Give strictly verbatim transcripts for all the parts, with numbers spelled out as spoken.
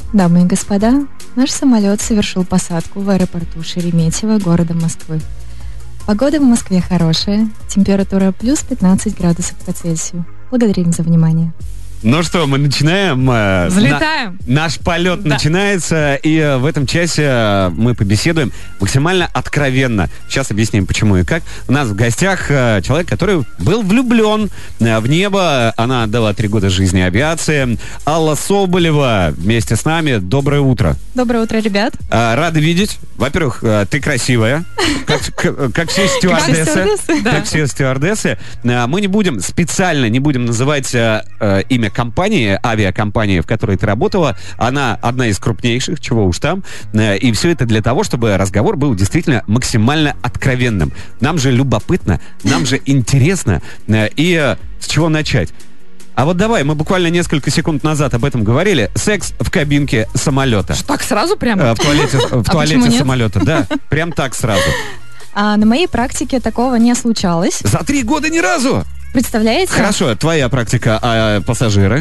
Дамы и господа, наш самолет совершил посадку в аэропорту Шереметьево города Москвы. Погода в Москве хорошая, температура плюс пятнадцать градусов по Цельсию. Благодарим за внимание. Ну что, мы начинаем. Взлетаем. На, наш полет да. начинается, и в этом часе мы побеседуем максимально откровенно. Сейчас объясним, почему и как. У нас в гостях человек, который был влюблен в небо. Она отдала три года жизни авиации. Алла Соболева вместе с нами. Доброе утро. Доброе утро, ребят. Рада видеть. Во-первых, ты красивая, как, как, как все стюардессы. Как все стюардессы. Мы не будем, специально не будем называть имя компании, авиакомпании, в которой ты работала. Она одна из крупнейших, чего уж там. И все это для того, чтобы разговор был действительно максимально откровенным. Нам же любопытно, нам же интересно. И с чего начать? А вот давай, мы буквально несколько секунд назад об этом говорили. Секс в кабинке самолета. Что, так сразу прямо? В туалете, в туалете самолета, да. Прям так сразу. А на моей практике такого не случалось. За три года ни разу? Представляете? Хорошо, твоя практика, а пассажиры?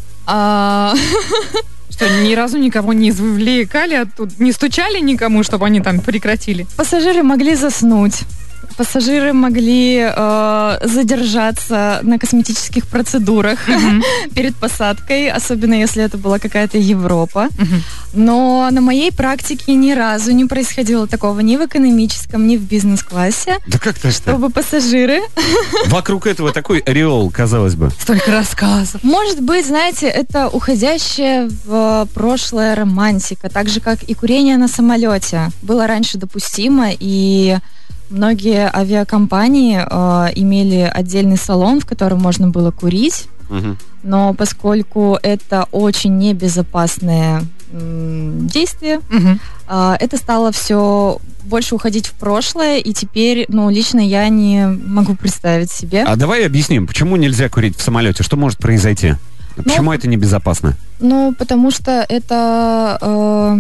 А... Что, ни разу никого не извлекали, а тут не стучали никому, чтобы они там прекратили? Пассажиры могли заснуть. Пассажиры могли э, задержаться на косметических процедурах mm-hmm. перед посадкой, особенно если это была какая-то Европа. Mm-hmm. Но на моей практике ни разу не происходило такого ни в экономическом, ни в бизнес-классе. Да как-то что? Чтобы пассажиры... Вокруг этого такой ореол, казалось бы. Столько рассказов. Может быть, знаете, это уходящая в прошлое романтика, так же, как и курение на самолете. Было раньше допустимо, и... Многие авиакомпании э, имели отдельный салон, в котором можно было курить, угу. но поскольку это очень небезопасное м, действие, угу. э, это стало все больше уходить в прошлое, и теперь, ну, лично я не могу представить себе. А давай объясним, почему нельзя курить в самолете? Что может произойти? Почему ну, это небезопасно? Ну, потому что это э,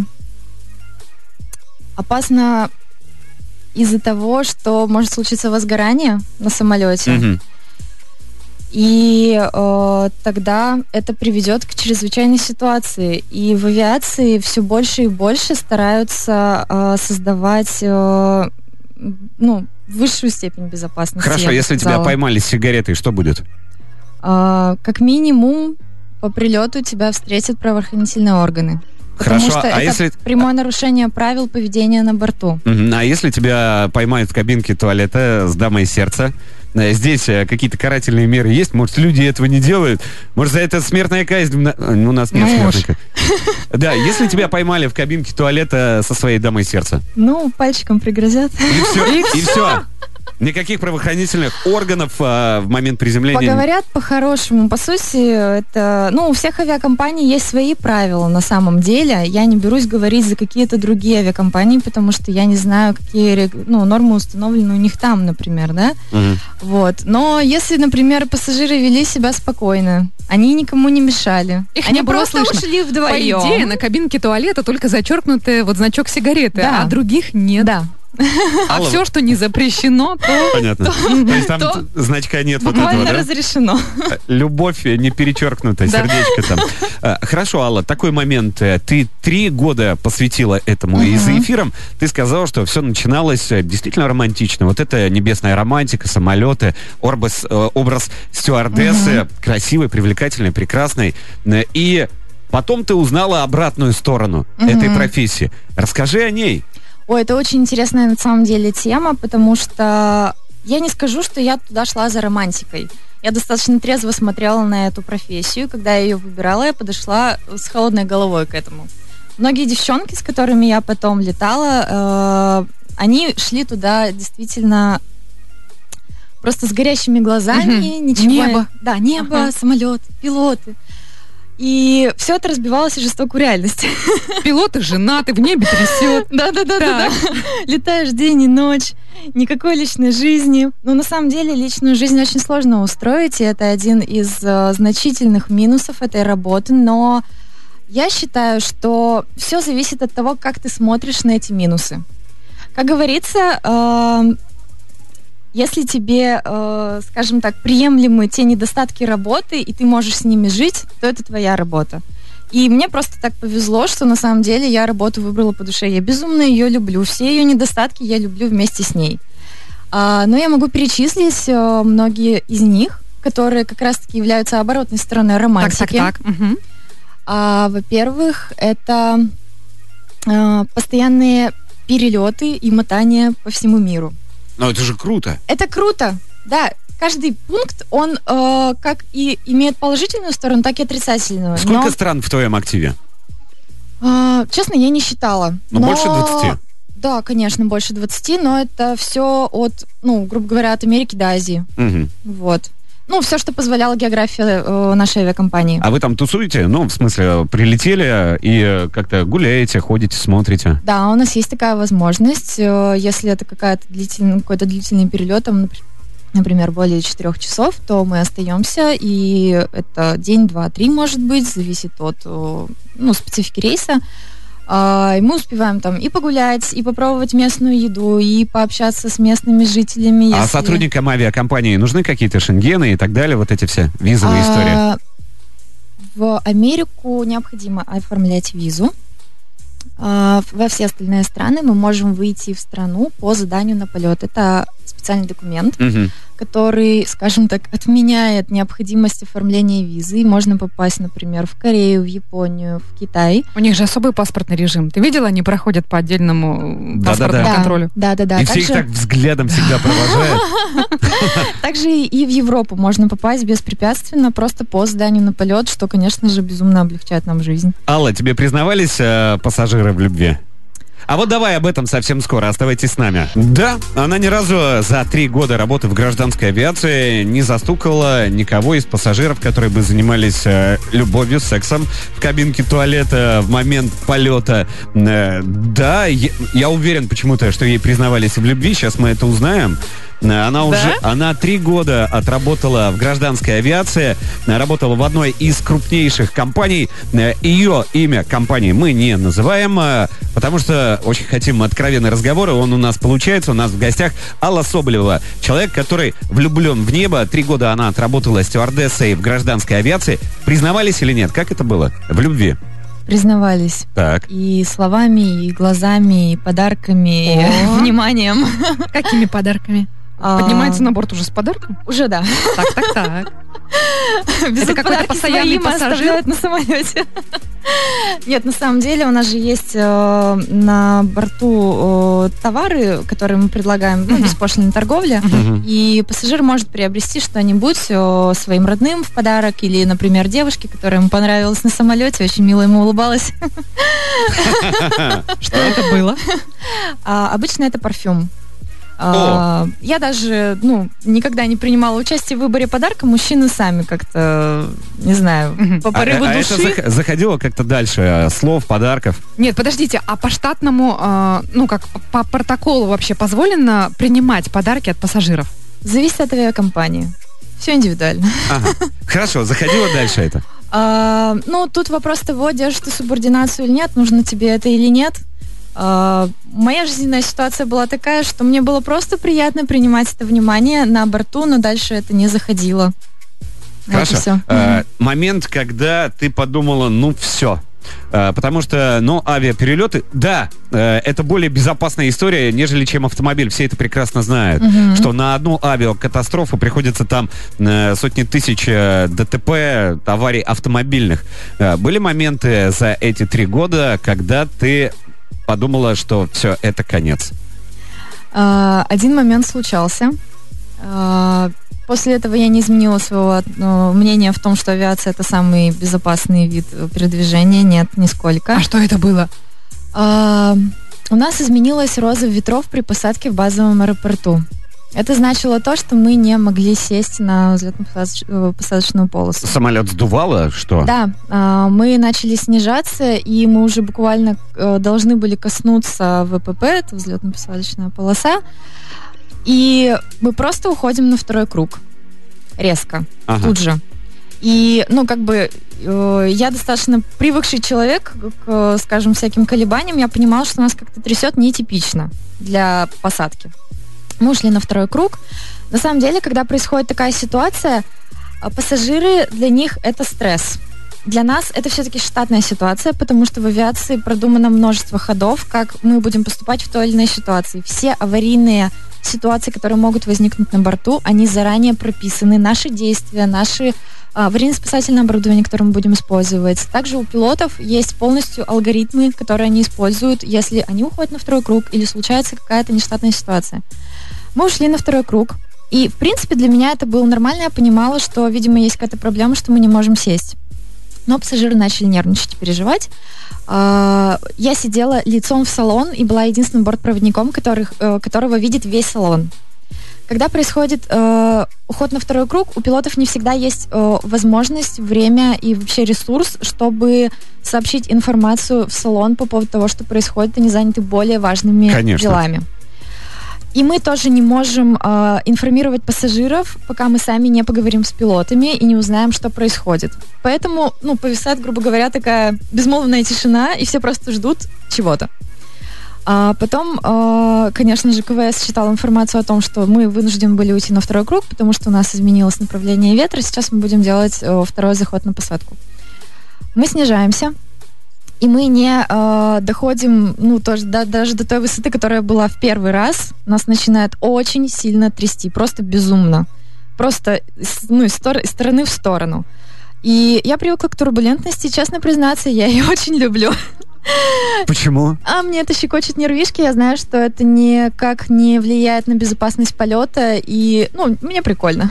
опасно... из-за того, что может случиться возгорание на самолете. Mm-hmm. И э, тогда это приведет к чрезвычайной ситуации. И в авиации все больше и больше стараются э, создавать э, ну, высшую степень безопасности. Хорошо, если тебя поймали с сигаретой, что будет? Э, как минимум, по прилету тебя встретят правоохранительные органы. Потому Хорошо, что а это если... прямое нарушение правил поведения на борту. Uh-huh. А если тебя поймают в кабинке туалета с дамой сердца, здесь какие-то карательные меры есть? Может, люди этого не делают? Может, за это смертная казнь? У нас нет смертной казни. Да, если тебя поймали в кабинке туалета со своей дамой сердца. Ну, пальчиком пригрозят. И все, и все. Никаких правоохранительных органов а, в момент приземления. Поговорят по-хорошему. По сути, это... Ну, у всех авиакомпаний есть свои правила на самом деле. Я не берусь говорить за какие-то другие авиакомпании, потому что я не знаю, какие ну, нормы установлены у них там, например, да? Угу. Вот. Но если, например, пассажиры вели себя спокойно, они никому не мешали. Их они не было просто слышно. ушли вдвоем. По идее, на кабинке туалета только зачеркнутый вот значок сигареты, да. а других нет. Да. А Алла, все, что не запрещено, то... Понятно. То, то есть там то значка нет вот этого, да? разрешено. Любовь не перечеркнута, да. Сердечко там. Хорошо, Алла, такой момент. Ты три года посвятила этому, uh-huh. и за эфиром ты сказала, что все начиналось действительно романтично. Вот это небесная романтика, самолеты, образ, образ стюардессы, uh-huh. красивой, привлекательной, прекрасной. И потом ты узнала обратную сторону uh-huh. этой профессии. Расскажи о ней. Ой, это очень интересная на самом деле тема, потому что я не скажу, что я туда шла за романтикой. Я достаточно трезво смотрела на эту профессию. Когда я ее выбирала, я подошла с холодной головой к этому. Многие девчонки, с которыми я потом летала, э, они шли туда действительно просто с горящими глазами. Угу. Ничего. Небо. Да, небо, ага. самолет, пилоты. И все это разбивалось о жестокую реальность. Пилоты женаты, в небе трясет. Да-да-да. Летаешь день и ночь, никакой личной жизни. Но на самом деле личную жизнь очень сложно устроить, и это один из э, значительных минусов этой работы. Но я считаю, что все зависит от того, как ты смотришь на эти минусы. Как говорится, э, если тебе, э, скажем так, приемлемы те недостатки работы, и ты можешь с ними жить, то это твоя работа. И мне просто так повезло, что на самом деле я работу выбрала по душе. Я безумно ее люблю. Все ее недостатки я люблю вместе с ней. А, но я могу перечислить а, многие из них, которые как раз-таки являются оборотной стороной романтики. Так, так, так. Угу. А, во-первых, это а, постоянные перелеты и мотания по всему миру. Но это же круто. Это круто, да. Каждый пункт, он э, как и имеет положительную сторону, так и отрицательную. Сколько но, стран в твоем активе? Э, честно, я не считала. Ну, но... больше двадцати? Да, конечно, больше двадцати, но это все от, ну, грубо говоря, от Америки до Азии. Угу. Вот. Ну, все, что позволяла география э, нашей авиакомпании. А вы там тусуете? Ну, в смысле, прилетели и как-то гуляете, ходите, смотрите? Да, у нас есть такая возможность. Э, если это какая-то длительный, какой-то длительный перелет, там, например, например, более четырех часов, то мы остаемся, и это день, два, три, может быть, зависит от, ну, специфики рейса. И мы успеваем там и погулять, и попробовать местную еду, и пообщаться с местными жителями. А если... сотрудникам авиакомпании нужны какие-то шенгены и так далее, вот эти все визовые а... истории? В Америку необходимо оформлять визу. Во все остальные страны мы можем выйти в страну по заданию на полет. Это специальный документ, угу. который, скажем так, отменяет необходимость оформления визы. Можно попасть, например, в Корею, в Японию, в Китай. У них же особый паспортный режим. Ты видела, они проходят по отдельному да, паспортному да, да. контролю. Да, да, да. И все их так взглядом всегда провожают. Также и в Европу можно попасть беспрепятственно, просто по заданию на полет, что, конечно же, безумно облегчает нам жизнь. Алла, тебе признавались э, пассажиры в любви? А вот давай об этом совсем скоро. Оставайтесь с нами. Да, она ни разу за три года работы в гражданской авиации не застукала никого из пассажиров, которые бы занимались э, любовью, сексом в кабинке туалета в момент полета. Э, да, я, я уверен почему-то, что ей признавались в любви. Сейчас мы это узнаем. Она уже, да? Она три года отработала в гражданской авиации, работала в одной из крупнейших компаний. Ее имя компании мы не называем, потому что очень хотим откровенный разговор, и он у нас получается. У нас в гостях Алла Соболева, человек, который влюблен в небо. Три года она отработала стюардессой в гражданской авиации. Признавались или нет? Как это было? В любви? Признавались. Так. И словами, и глазами, и подарками, и вниманием. Какими подарками? Поднимается на борт уже с подарком? Уже да. Так, так, так. Это какой-то постоянный пассажир на самолете. Нет, на самом деле у нас же есть э, на борту э, товары, которые мы предлагаем, ну, беспошлинная торговля, uh-huh. и пассажир может приобрести что-нибудь э, своим родным в подарок, или, например, девушке, которая ему понравилась на самолете, очень мило ему улыбалась. Что это было? Обычно это парфюм. А, я даже, ну, никогда не принимала участие в выборе подарка. Мужчины сами как-то, не знаю, uh-huh. по порыву а, души. А это заходило как-то дальше? Слов, подарков? Нет, подождите, а по штатному, э, ну, как по протоколу вообще позволено принимать подарки от пассажиров? Зависит от авиакомпании. Все индивидуально. Ага. Хорошо, заходило дальше это? А, ну, тут вопрос того, держишь ты субординацию или нет, нужно тебе это или нет. Uh, моя жизненная ситуация была такая, что мне было просто приятно принимать это внимание на борту, но дальше это не заходило. Хорошо. Вот uh, mm-hmm. Момент, когда ты подумала, ну все. Uh, потому что, ну, авиаперелеты, да, uh, это более безопасная история, нежели чем автомобиль. Все это прекрасно знают, mm-hmm. что на одну авиакатастрофу приходится там uh, сотни тысяч uh, ДТП, аварий автомобильных. Uh, были моменты за эти три года, когда ты подумала, что все, это конец? Uh, один момент случался. Uh, после этого я не изменила своего uh, мнения в том, что авиация — это самый безопасный вид передвижения. Нет, нисколько. А что это было? Uh, у нас изменилась роза ветров при посадке в базовом аэропорту. Это значило то, что мы не могли сесть на взлетно-посадочную полосу. Самолет сдувало? Что? Да, мы начали снижаться, и мы уже буквально должны были коснуться ВПП, это взлетно-посадочная полоса, и мы просто уходим на второй круг. Резко. Ага. Тут же. И, ну, как бы, я достаточно привыкший человек к, скажем, всяким колебаниям, я понимала, что нас как-то трясет нетипично для посадки. Мы ушли на второй круг. На самом деле, когда происходит такая ситуация, пассажиры, для них это стресс. для нас это все-таки штатная ситуация, потому что в авиации продумано множество ходов, как мы будем поступать в той или иной ситуации. Все аварийные ситуации, которые могут возникнуть на борту, они заранее прописаны. Наши действия, наши аварийно-спасательное оборудование, которое мы будем использовать. Также у пилотов есть полностью алгоритмы, которые они используют, если они уходят на второй круг или случается какая-то нештатная ситуация. Мы ушли на второй круг, и, в принципе, для меня это было нормально. Я понимала, что, видимо, есть какая-то проблема, что мы не можем сесть. Но пассажиры начали нервничать и переживать. Я сидела лицом в салон и была единственным бортпроводником, который, которого видит весь салон. Когда происходит э, уход на второй круг, у пилотов не всегда есть э, возможность, время и вообще ресурс, чтобы сообщить информацию в салон по поводу того, что происходит, они заняты более важными Конечно. делами. И мы тоже не можем э, информировать пассажиров, пока мы сами не поговорим с пилотами и не узнаем, что происходит. Поэтому, ну, повисает, грубо говоря, такая безмолвная тишина, и все просто ждут чего-то. А потом, конечно же, КВС считал информацию о том, что мы вынуждены были уйти на второй круг, потому что у нас изменилось направление ветра. Сейчас мы будем делать второй заход на посадку. Мы снижаемся, и мы не э, доходим, ну, тоже, да, даже до той высоты, которая была в первый раз. Нас начинает очень сильно трясти, просто безумно. Просто, ну, из, стор- из стороны в сторону. И я привыкла к турбулентности, честно признаться, я ее очень люблю. Почему? А мне это щекочет нервишки. Я знаю, что это никак не влияет на безопасность полета. И, ну, мне прикольно.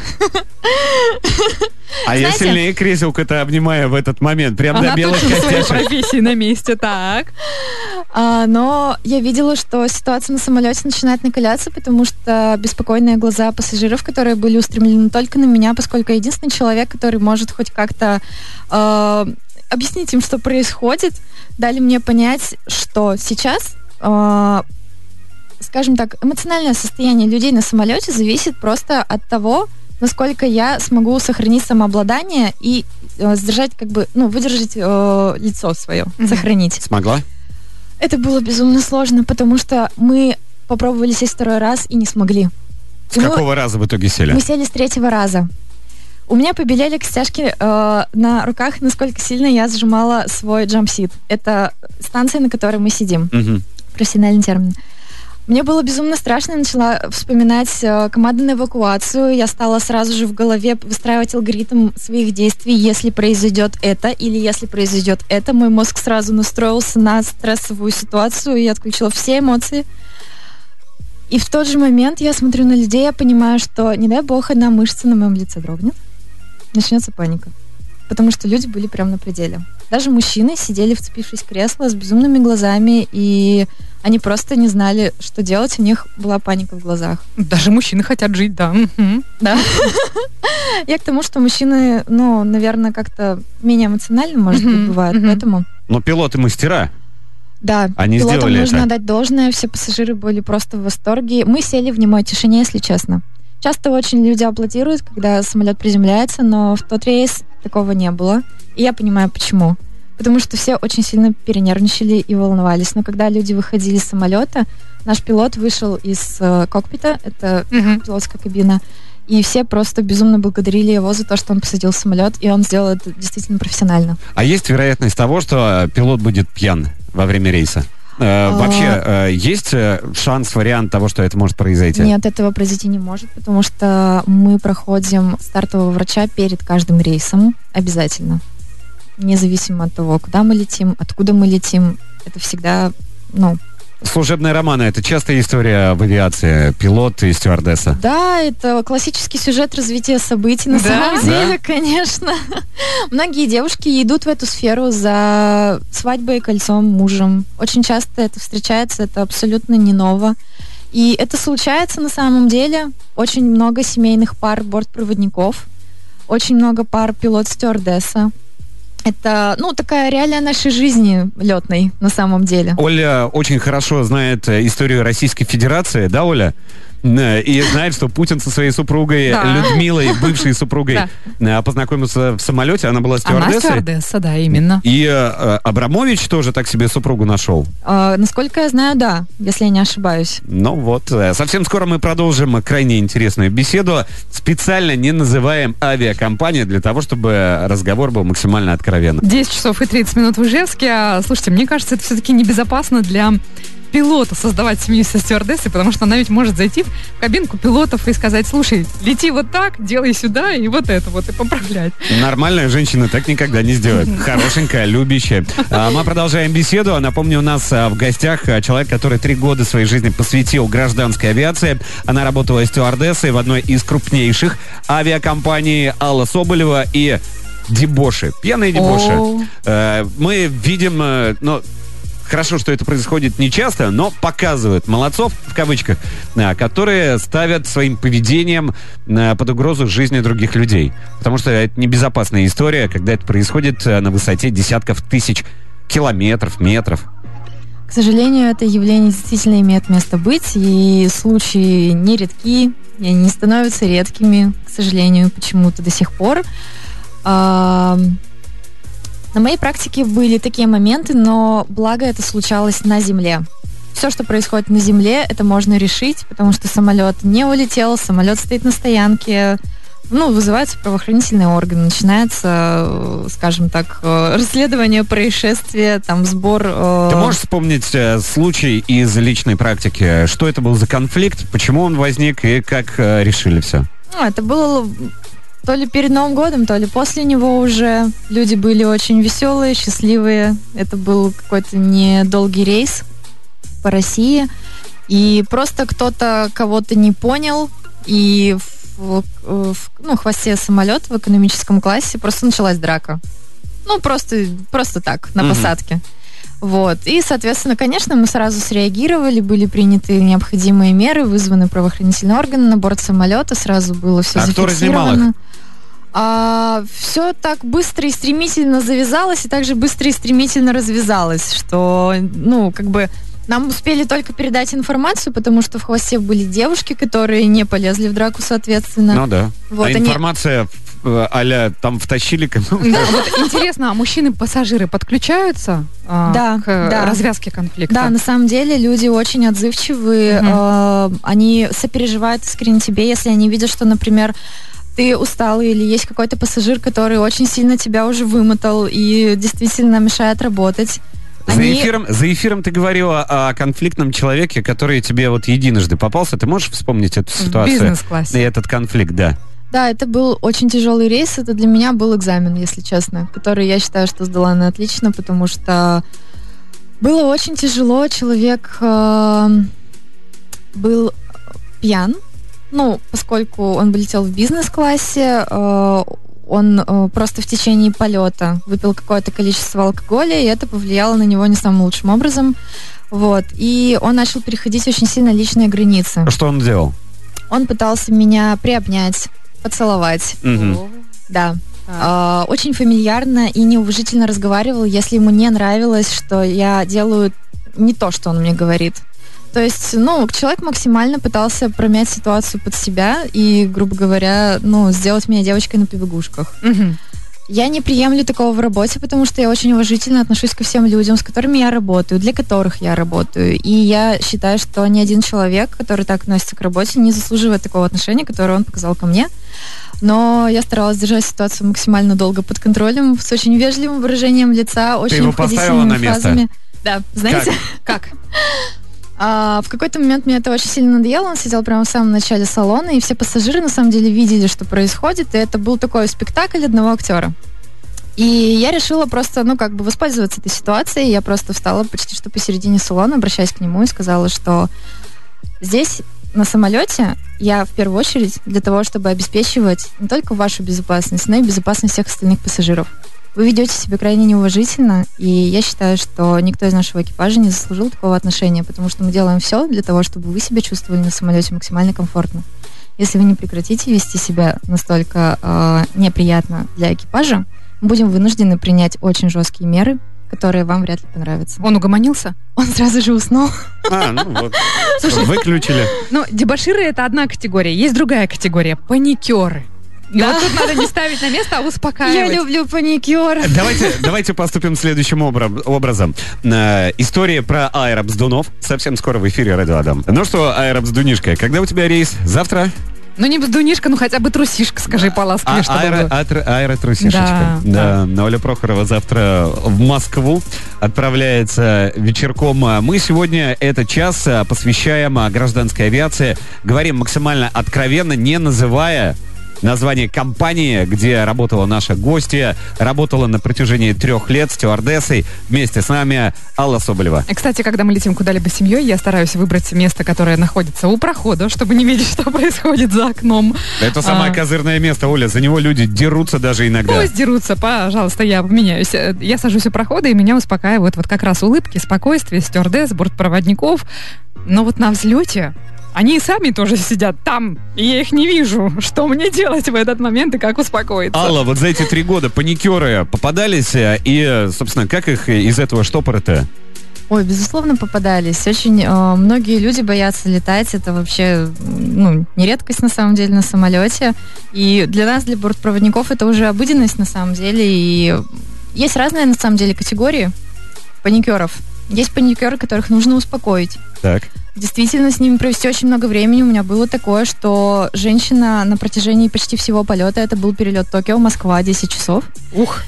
А я сильнее креселка-то обнимаю в этот момент. Прям до белых костяшек. Профессии на месте, так. А, но я видела, что ситуация на самолете начинает накаляться, потому что беспокойные глаза пассажиров, которые были устремлены только на меня, поскольку я единственный человек, который может хоть как-то э, объяснить им, что происходит, дали мне понять, что сейчас, э, скажем так, эмоциональное состояние людей на самолете зависит просто от того, насколько я смогу сохранить самообладание и э, сдержать, как бы, ну, выдержать э, лицо свое, mm-hmm. сохранить. Смогла? Это было безумно сложно, потому что мы попробовали сесть второй раз и не смогли. С и какого мы, раза в итоге сели? Мы сели с третьего раза. У меня побелели костяшки э, на руках, насколько сильно я сжимала свой джампсит. Это станция, на которой мы сидим. Mm-hmm. Профессиональный термин. Мне было безумно страшно, я начала вспоминать э, команды на эвакуацию. Я стала сразу же в голове выстраивать алгоритм своих действий, если произойдет это или если произойдет это. Мой мозг сразу настроился на стрессовую ситуацию, и я отключила все эмоции. И в тот же момент я смотрю на людей, я понимаю, что, не дай бог, одна мышца на моем лице дрогнет, начнется паника. Потому что люди были прям на пределе. Даже мужчины сидели, вцепившись в кресло, с безумными глазами, и они просто не знали, что делать, у них была паника в глазах. Даже мужчины хотят жить, да. Да. Я к тому, что мужчины, ну, наверное, как-то менее эмоционально, может быть, бывают, поэтому... Но пилоты мастера. Да, они пилотам сделали нужно это. отдать должное, все пассажиры были просто в восторге. Мы сели в немой тишине, если честно. Часто очень люди аплодируют, когда самолет приземляется, но в тот рейс такого не было. И я понимаю, почему. Потому что все очень сильно перенервничали и волновались. Но когда люди выходили из самолета, наш пилот вышел из э, кокпита, это uh-huh. пилотская кабина, и все просто безумно благодарили его за то, что он посадил самолет, и он сделал это действительно профессионально. А есть вероятность того, что пилот будет пьян во время рейса? Э, вообще, э, есть шанс, вариант того, что это может произойти? Нет, этого произойти не может, потому что мы проходим стартового врача перед каждым рейсом обязательно. Независимо от того, куда мы летим, откуда мы летим. Это всегда, ну... Служебные романы — это частая история в авиации. Пилот и стюардесса. Да, это классический сюжет развития событий, на да? самом деле, да? конечно. Многие девушки идут в эту сферу за свадьбой, кольцом, мужем. Очень часто это встречается, это абсолютно не ново. И это случается на самом деле. Очень много семейных пар бортпроводников, очень много пар пилот-стюардесса. Это, ну, такая реалия нашей жизни летной, на самом деле. Оля очень хорошо знает историю Российской Федерации, да, Оля? и знает, что Путин со своей супругой да. Людмилой, бывшей супругой, да. познакомился в самолете. Она была стюардессой. Она стюардесса, да, именно. И э, Абрамович тоже так себе супругу нашел. А, насколько я знаю, да, если я не ошибаюсь. Ну вот, совсем скоро мы продолжим крайне интересную беседу. Специально не называем авиакомпанию для того, чтобы разговор был максимально откровенным. десять часов и тридцать минут в Ижевске. А, слушайте, мне кажется, это все-таки небезопасно для пилота создавать семью со стюардессой, потому что она ведь может зайти в кабинку пилотов и сказать: слушай, лети вот так, делай сюда и вот это вот, и поправлять. Нормальная женщина так никогда не сделает. Хорошенькая, любящая. А мы продолжаем беседу. Напомню, у нас в гостях человек, который три года своей жизни посвятил гражданской авиации. Она работала стюардессой в одной из крупнейших авиакомпаний, Алла Соболева и дебоши, пьяные дебоши. Oh. Мы видим, ну, хорошо, что это происходит нечасто, но показывают молодцов, в кавычках, которые ставят своим поведением под угрозу жизни других людей. Потому что это небезопасная история, когда это происходит на высоте десятков тысяч километров, метров. К сожалению, это явление действительно имеет место быть, и случаи нередки, и они становятся редкими, к сожалению, почему-то до сих пор. На моей практике были такие моменты, но благо это случалось на земле. Все, что происходит на земле, это можно решить, потому что самолет не улетел, самолет стоит на стоянке, ну, вызываются правоохранительные органы, начинается, скажем так, расследование происшествия, там, сбор... Ты можешь вспомнить э, случай из личной практики? Что это был за конфликт, почему он возник и как э, решили все? Ну, это было... То ли перед Новым годом, то ли после него уже. Люди были очень веселые, счастливые. Это был какой-то недолгий рейс по России. И просто кто-то кого-то не понял. И в, в ну, хвосте самолета в экономическом классе просто началась драка. Ну, просто, просто так, на mm-hmm. посадке. Вот. И, соответственно, конечно, мы сразу среагировали, были приняты необходимые меры, вызваны правоохранительные органы на борт самолета, сразу было все а зафиксировано. Кто разнимал их? А, все так быстро и стремительно завязалось, и также быстро и стремительно развязалось, что, ну, как бы нам успели только передать информацию, потому что в хвосте были девушки, которые не полезли в драку, соответственно. Ну да. Вот, а они... информация а-ля там втащили... Да, вот интересно, а мужчины-пассажиры подключаются а, да, к да. развязке конфликта? Да, на самом деле люди очень отзывчивые, угу. э, они сопереживают искренне тебе, если они видят, что, например, ты усталый или есть какой-то пассажир, который очень сильно тебя уже вымотал и действительно мешает работать. За, Они... эфиром, за эфиром ты говорила о конфликтном человеке, который тебе вот единожды попался. Ты можешь вспомнить эту ситуацию? В бизнес-классе. И этот конфликт, да. Да, это был очень тяжелый рейс. Это для меня был экзамен, если честно, который я считаю, что сдала на отлично, потому что было очень тяжело. Человек э, был пьян. Ну, поскольку он летел в бизнес-классе, э, он э, просто в течение полета выпил какое-то количество алкоголя, и это повлияло на него не самым лучшим образом. Вот. И он начал переходить очень сильно личные границы. Что он делал? Он пытался меня приобнять, поцеловать. Угу. Да. Э, очень фамильярно и неуважительно разговаривал, если ему не нравилось, что я делаю не то, что он мне говорит. То есть, ну, человек максимально пытался промять ситуацию под себя и, грубо говоря, ну, сделать меня девочкой на побегушках. Угу. Я не приемлю такого в работе, потому что я очень уважительно отношусь ко всем людям, с которыми я работаю, для которых я работаю. И я считаю, что ни один человек, который так относится к работе, не заслуживает такого отношения, которое он показал ко мне. Но я старалась держать ситуацию максимально долго под контролем, с очень вежливым выражением лица, очень обходительными фразами. Да, знаете? Как? Как? А, в какой-то момент мне это очень сильно надоело. Он сидел прямо в самом начале салона, и все пассажиры на самом деле видели, что происходит, и это был такой спектакль одного актера. И я решила просто, ну, как бы воспользоваться этой ситуацией. Я просто встала почти что посередине салона, обращаясь к нему, и сказала, что здесь, на самолете, я в первую очередь для того, чтобы обеспечивать не только вашу безопасность, но и безопасность всех остальных пассажиров. Вы ведете себя крайне неуважительно, и я считаю, что никто из нашего экипажа не заслужил такого отношения, потому что мы делаем все для того, чтобы вы себя чувствовали на самолете максимально комфортно. Если вы не прекратите вести себя настолько э, неприятно для экипажа, мы будем вынуждены принять очень жесткие меры которые вам вряд ли понравятся. Он угомонился? Он сразу же уснул. А, ну вот. Слушай, выключили. Ну, дебоширы — это одна категория. Есть другая категория — паникеры. И да. Вот тут надо не ставить на место, а успокаивать. Я люблю паникеров. Давайте, давайте поступим следующим образом. Э, история про аэробздунов. Совсем скоро в эфире Радио Адам. Ну что, аэробздунишка, когда у тебя рейс? Завтра? Ну, не бздунишка, ну хотя бы трусишка, скажи по-ласковее, а, чтобы аэро, аэро, аэротрусишечка. Да, да. да. Оля Прохорова завтра в Москву отправляется вечерком. Мы сегодня этот час посвящаем гражданской авиации. Говорим максимально откровенно, не называя название компании, где работала наша гостья, работала на протяжении трех лет стюардессой. Вместе с нами Алла Соболева. И, кстати, когда мы летим куда-либо семьей, я стараюсь выбрать место, которое находится у прохода, чтобы не видеть, что происходит за окном. Это самое а... козырное место, Оля. За него люди дерутся даже иногда. Пусть дерутся, пожалуйста, я поменяюсь. Я сажусь у прохода, и меня успокаивают вот как раз улыбки, спокойствие, стюардесс, бортпроводников. Но вот на взлете они и сами тоже сидят там, и я их не вижу. Что мне делать в этот момент и как успокоиться? Алла, вот за эти три года паникеры попадались, и, собственно, как их из этого штопора-то? Ой, безусловно, попадались. Очень э, многие люди боятся летать. Это вообще, ну, не редкость на самом деле на самолете. И для нас, для бортпроводников, это уже обыденность на самом деле. И есть разные на самом деле категории паникеров. Есть паникеры, которых нужно успокоить. Так. Действительно, с ними провести очень много времени. У меня было такое, что женщина на протяжении почти всего полета, это был перелет Токио-Москва, десять часов. Ух!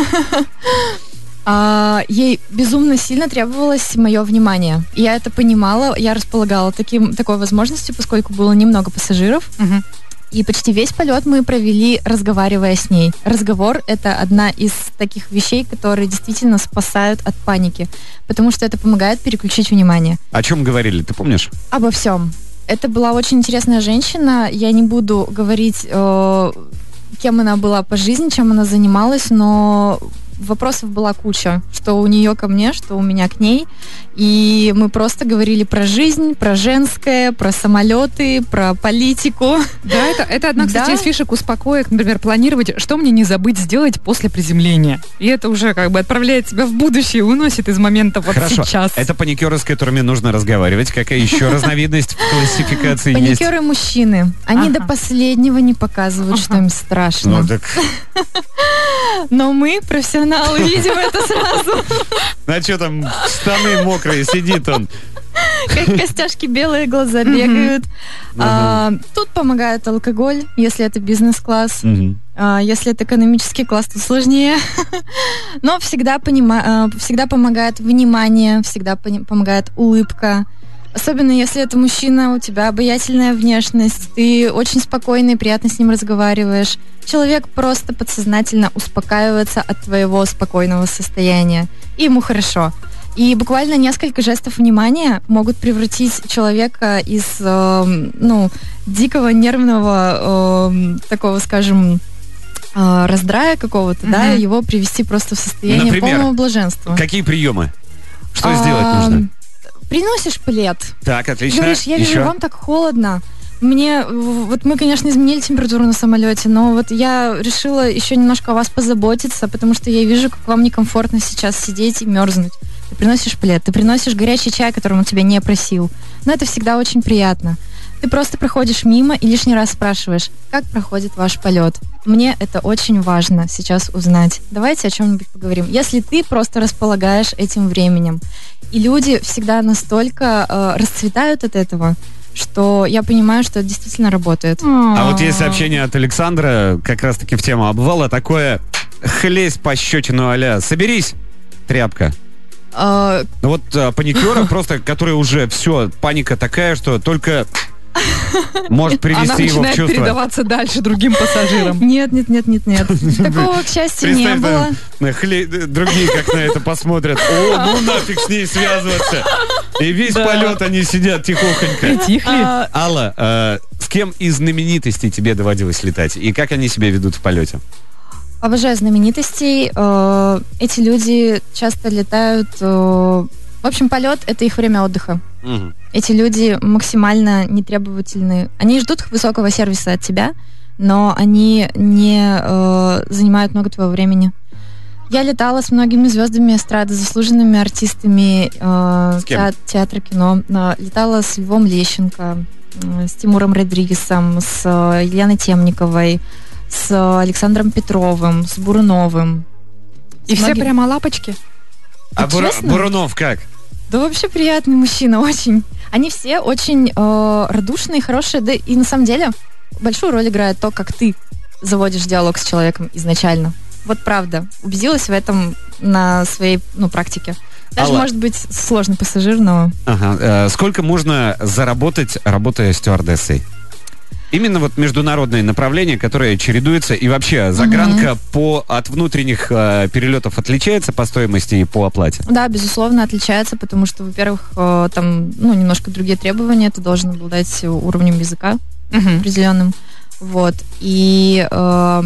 Ей безумно сильно требовалось мое внимание. Я это понимала, я располагала таким, такой возможностью, поскольку было немного пассажиров. Угу. И почти весь полет мы провели, разговаривая с ней. Разговор — это одна из таких вещей, которые действительно спасают от паники, потому что это помогает переключить внимание. О чем говорили, ты помнишь? Обо всем. Это была очень интересная женщина. Я не буду говорить, э, кем она была по жизни, чем она занималась, но вопросов была куча, что у нее ко мне, что у меня к ней. И мы просто говорили про жизнь, про женское, про самолеты, про политику. Да, это, это одна, кстати, да? из фишек успокоек, например, планировать, что мне не забыть сделать после приземления. И это уже как бы отправляет тебя в будущее, уносит из момента вот Хорошо. сейчас. Это паникеры, с которыми нужно разговаривать. Какая еще разновидность в классификации есть? Паникеры мужчины. Они до последнего не показывают, что им страшно. Ну так... Но мы, профессионалы, видим это сразу. А что там, штаны мокрые, сидит он. Как костяшки белые, глаза бегают. А, тут помогает алкоголь, если это бизнес-класс. А, если это экономический класс, то сложнее. Но всегда, понима- всегда помогает внимание, всегда помогает улыбка. Особенно если это мужчина, у тебя обаятельная внешность, ты очень спокойно и приятно с ним разговариваешь. Человек просто подсознательно успокаивается от твоего спокойного состояния. И ему хорошо. И буквально несколько жестов внимания могут превратить человека из, э, ну, дикого, нервного, э, такого, скажем, э, раздрая какого-то, mm-hmm. да, его привести просто в состояние Например, полного блаженства. Какие приемы? Что а, сделать нужно? Приносишь плед. Так, отлично. Говоришь, я вижу, Еще? вам так холодно. Мне, вот мы, конечно, изменили температуру на самолете, но вот я решила еще немножко о вас позаботиться, потому что я вижу, как вам некомфортно сейчас сидеть и мерзнуть. Ты приносишь плед, ты приносишь горячий чай, которым он тебя не просил. Но это всегда очень приятно. Ты просто проходишь мимо и лишний раз спрашиваешь, как проходит ваш полет. Мне это очень важно сейчас узнать. Давайте о чем-нибудь поговорим. Если ты просто располагаешь этим временем, и люди всегда настолько э, расцветают от этого, что я понимаю, что это действительно работает. А вот есть сообщение от Александра, как раз-таки в тему обвала, такое: хлесть пощечину а-ля «соберись, тряпка». А... Ну вот а, паникера просто, который уже все, паника такая, что только может привести его в чувство. Она начинает передаваться дальше другим пассажирам. Нет, нет, нет, нет, нет. Такого, к счастью, не было. Другие как на это посмотрят. О, ну нафиг с ней связываться. И весь полет они сидят тихохонько. Притихли. Алла, с кем из знаменитостей тебе доводилось летать? И как они себя ведут в полете? Обожаю знаменитостей. Эти люди часто летают... В общем, полет — это их время отдыха. Угу. Эти люди максимально нетребовательны. Они ждут высокого сервиса от тебя, но они не э, занимают много твоего времени. Я летала с многими звездами эстрады, заслуженными артистами э, те, театра, кино. Э, летала с Львом Лещенко, э, с Тимуром Родригесом, с э, Еленой Темниковой, с э, Александром Петровым, с Буруновым. И все прямо лапочки? А Бур... Бурунов как? Да вообще приятный мужчина, очень. Они все очень э, радушные, хорошие, да и на самом деле большую роль играет то, как ты заводишь диалог с человеком изначально. Вот правда. Убедилась в этом на своей, ну, практике. Даже, Алла, может быть, сложный пассажир, но... Ага. Э, сколько можно заработать, работая стюардессой? Именно вот международные направления, которые чередуются, и вообще загранка mm-hmm. по, от внутренних э, перелетов отличается по стоимости и по оплате? Да, безусловно, отличается, потому что, во-первых, э, там, ну, немножко другие требования, ты должен обладать уровнем языка mm-hmm. определенным, вот, и э,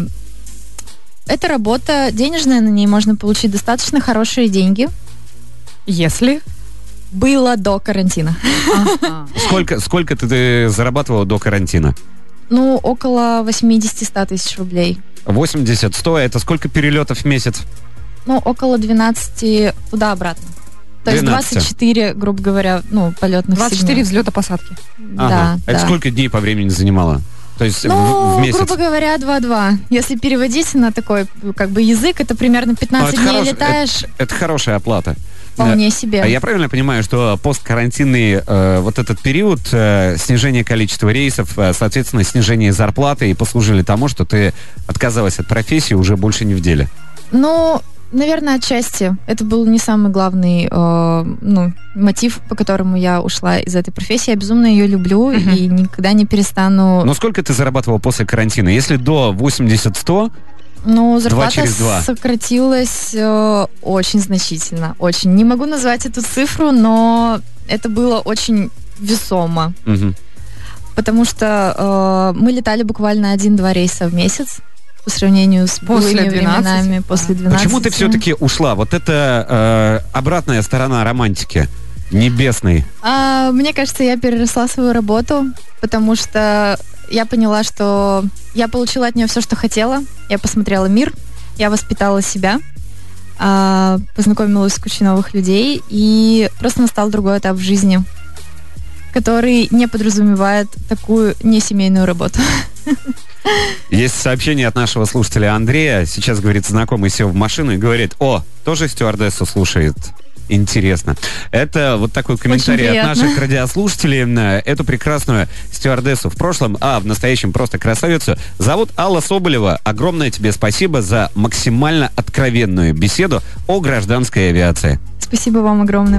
эта работа денежная, на ней можно получить достаточно хорошие деньги. Если... Было до карантина. Ага. Сколько, сколько ты, ты зарабатывала до карантина? Ну, около восемьдесят-сто тысяч рублей. восемьдесят-сто, это сколько перелетов в месяц? Ну, около двенадцать туда-обратно. То есть двадцать четыре, грубо говоря, ну, полетных двадцать четыре взлета-посадки. Ага. Да, это да. сколько дней по времени занимало? То есть ну, в, в месяц? грубо говоря, два-два. Если переводить на такой, как бы, язык, это примерно пятнадцать дней хорош... летаешь. Это, это хорошая оплата. Вполне себе. А я правильно понимаю, что посткарантинный э, вот этот период, э, снижение количества рейсов, э, соответственно, снижение зарплаты и послужили тому, что ты отказалась от профессии уже больше не в деле? Ну, наверное, отчасти. Это был не самый главный э, ну, мотив, по которому я ушла из этой профессии. Я безумно ее люблю uh-huh. и никогда не перестану... Но сколько ты зарабатывала после карантина? Если до восемьдесят-сто... Ну, зарплата сократилась э, очень значительно, очень. Не могу назвать эту цифру, но это было очень весомо. Угу. Потому что э, мы летали буквально один-два рейса в месяц по сравнению с былыми временами после двенадцати. Почему ты все-таки ушла? Вот это э, обратная сторона романтики небесной. А, мне кажется, я переросла свою работу, потому что я поняла, что я получила от нее все, что хотела. Я посмотрела мир, я воспитала себя, познакомилась с кучей новых людей, и просто настал другой этап в жизни, который не подразумевает такую несемейную работу. Есть сообщение от нашего слушателя Андрея. Сейчас, говорит, знакомый сел в машину и говорит: о, тоже стюардессу слушает. Интересно. Это вот такой комментарий от наших радиослушателей. Эту прекрасную стюардессу в прошлом, а в настоящем просто красавицу, зовут Алла Соболева. Огромное тебе спасибо за максимально откровенную беседу о гражданской авиации. Спасибо вам огромное.